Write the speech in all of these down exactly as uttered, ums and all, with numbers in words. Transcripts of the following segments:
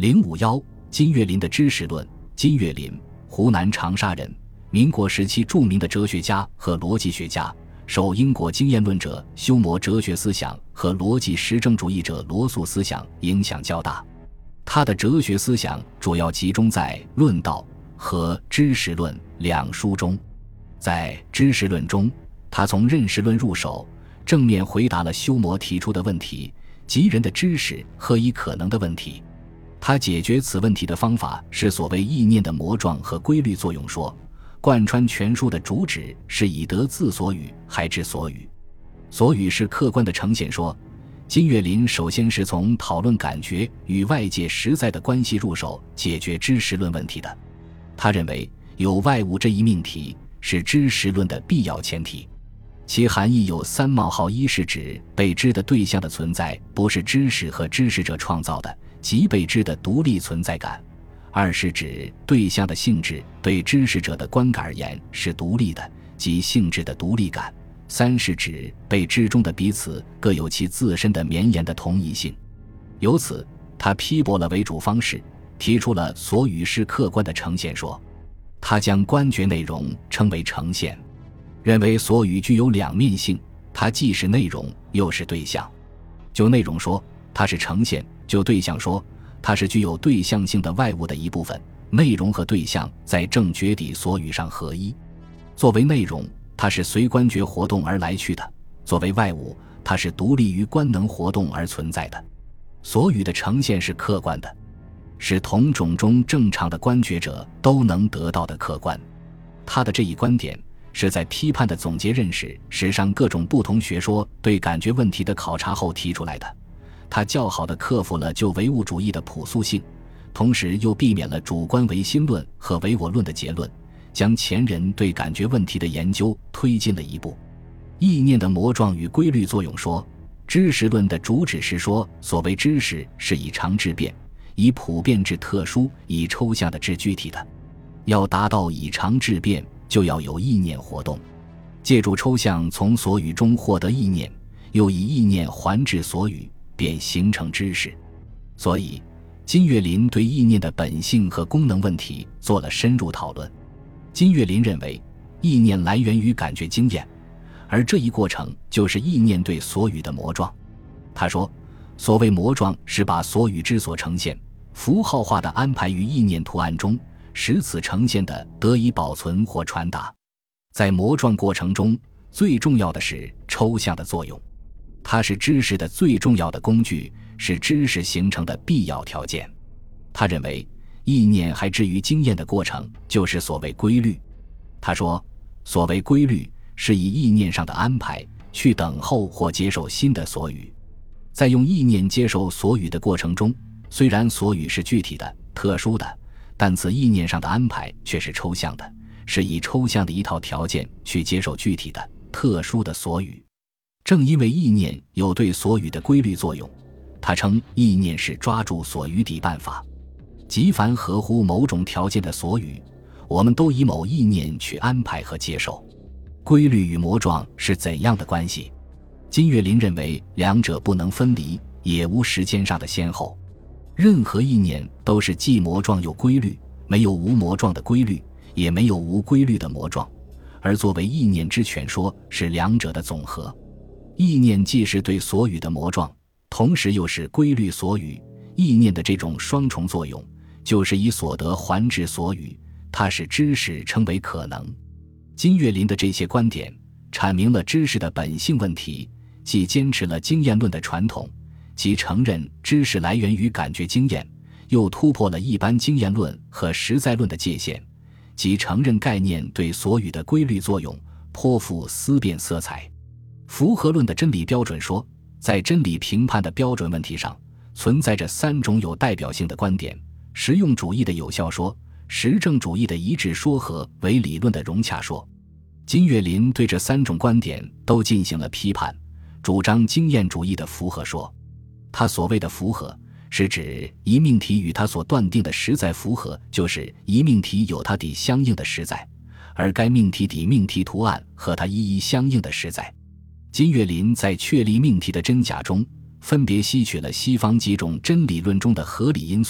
零五一金岳霖的知识论。金岳霖，湖南长沙人，民国时期著名的哲学家和逻辑学家，受英国经验论者休谟哲学思想和逻辑实证主义者罗素思想影响较大。他的哲学思想主要集中在《论道》和《知识论》两书中。在《知识论》中，他从认识论入手，正面回答了休谟提出的问题，即人的知识何以可能的问题。他解决此问题的方法是所谓意念的模状和规律作用说，贯穿全书的主旨是以德自所语，还知所语。所语是客观的呈现说，金岳霖首先是从讨论感觉与外界实在的关系入手解决知识论问题的。他认为有外物这一命题是知识论的必要前提，其含义有三：冒号一是指被知的对象的存在不是知识和知识者创造的，即被知的独立存在感；二是指对象的性质对知识者的观感而言是独立的，即性质的独立感；三是指被知中的彼此各有其自身的绵延的同一性。由此，他批驳了为主方式，提出了所语是客观的呈现说。他将观觉内容称为呈现，认为所语具有两面性，它既是内容又是对象。就内容说，它是呈现；就对象说，它是具有对象性的外物的一部分。内容和对象在正觉底所语上合一。作为内容，它是随观觉活动而来去的；作为外物，它是独立于观能活动而存在的。所语的呈现是客观的，是同种中正常的观觉者都能得到的客观。他的这一观点是在批判的总结认识史上各种不同学说对感觉问题的考察后提出来的。他较好地克服了就唯物主义的朴素性，同时又避免了主观唯心论和唯我论的结论，将前人对感觉问题的研究推进了一步。意念的模状与规律作用说，知识论的主旨是说，所谓知识是以常质变，以普遍治特殊，以抽象的治具体的。要达到以常质变，就要有意念活动，借助抽象从所语中获得意念，又以意念还治所语，便形成知识。所以金岳霖对意念的本性和功能问题做了深入讨论。金岳霖认为，意念来源于感觉经验，而这一过程就是意念对所语的模状。他说，所谓模状是把所语之所呈现符号化的安排于意念图案中，使此呈现的得以保存或传达。在模状过程中，最重要的是抽象的作用，它是知识的最重要的工具，是知识形成的必要条件。他认为意念还至于经验的过程就是所谓规律。他说，所谓规律是以意念上的安排去等候或接受新的所语。在用意念接受所语的过程中，虽然所语是具体的特殊的，但此意念上的安排却是抽象的，是以抽象的一套条件去接受具体的特殊的所语。正因为意念有对所语的规律作用，他称意念是抓住所语底办法，即凡合乎某种条件的所语，我们都以某意念去安排和接受。规律与模状是怎样的关系？金岳霖认为两者不能分离，也无时间上的先后。任何意念都是既模状又规律，没有无模状的规律，也没有无规律的模状，而作为意念之全说是两者的总和。意念既是对所语的模状，同时又是规律所语，意念的这种双重作用就是以所得还治所语，它使知识称为可能。金岳霖的这些观点阐明了知识的本性问题，既坚持了经验论的传统，即承认知识来源于感觉经验，又突破了一般经验论和实在论的界限，即承认概念对所语的规律作用颇富思辨色彩。符合论的真理标准说，在真理评判的标准问题上存在着三种有代表性的观点：实用主义的有效说、实证主义的一致说和唯理论的融洽说。金岳霖对这三种观点都进行了批判，主张经验主义的符合说。他所谓的符合，是指一命题与他所断定的实在符合，就是一命题有它底相应的实在，而该命题底命题图案和它一一相应的实在。金岳霖在确立命题的真假中，分别吸取了西方几种真理论中的合理因素，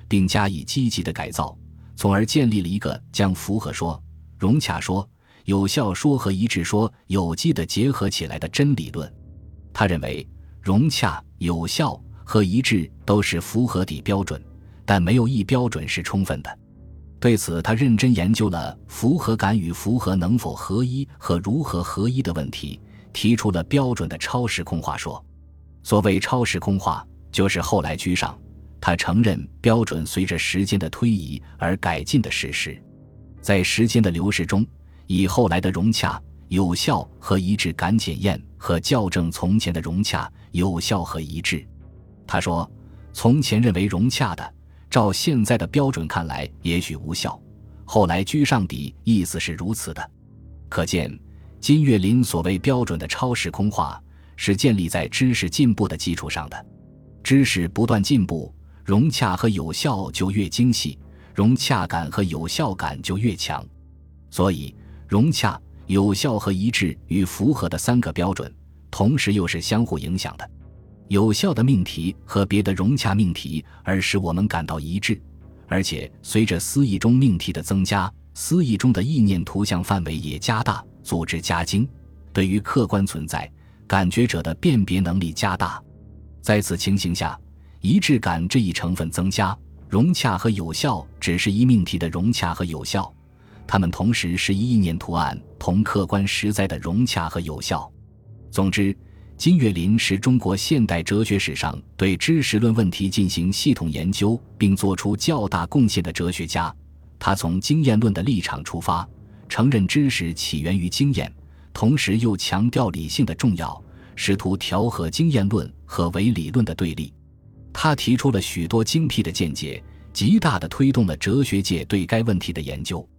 并加以积极的改造，从而建立了一个将符合说、融洽说、有效说和一致说有机地结合起来的真理论。他认为融洽、有效和一致都是符合底标准，但没有一标准是充分的。对此，他认真研究了符合感与符合能否合一和如何合一的问题，提出了标准的超时空化说。所谓超时空化，就是后来居上，他承认标准随着时间的推移而改进的事实。在时间的流逝中，以后来的融洽、有效和一致感检验和校正从前的融洽、有效和一致。他说，从前认为融洽的，照现在的标准看来也许无效，后来居上的意思是如此的。可见金岳霖所谓标准的超时空化，是建立在知识进步的基础上的。知识不断进步，融洽和有效就越精细，融洽感和有效感就越强。所以融洽、有效和一致与符合的三个标准，同时又是相互影响的。有效的命题和别的融洽命题而使我们感到一致，而且随着思义中命题的增加，思义中的意念图像范围也加大，组织加精，对于客观存在感觉者的辨别能力加大。在此情形下，一致感这一成分增加，融洽和有效只是一命题的融洽和有效，它们同时是一意念图案同客观实在的融洽和有效。总之，金岳霖是中国现代哲学史上对知识论问题进行系统研究并做出较大贡献的哲学家。他从经验论的立场出发，承认知识起源于经验，同时又强调理性的重要，试图调和经验论和伪理论的对立。他提出了许多精辟的见解，极大地推动了哲学界对该问题的研究。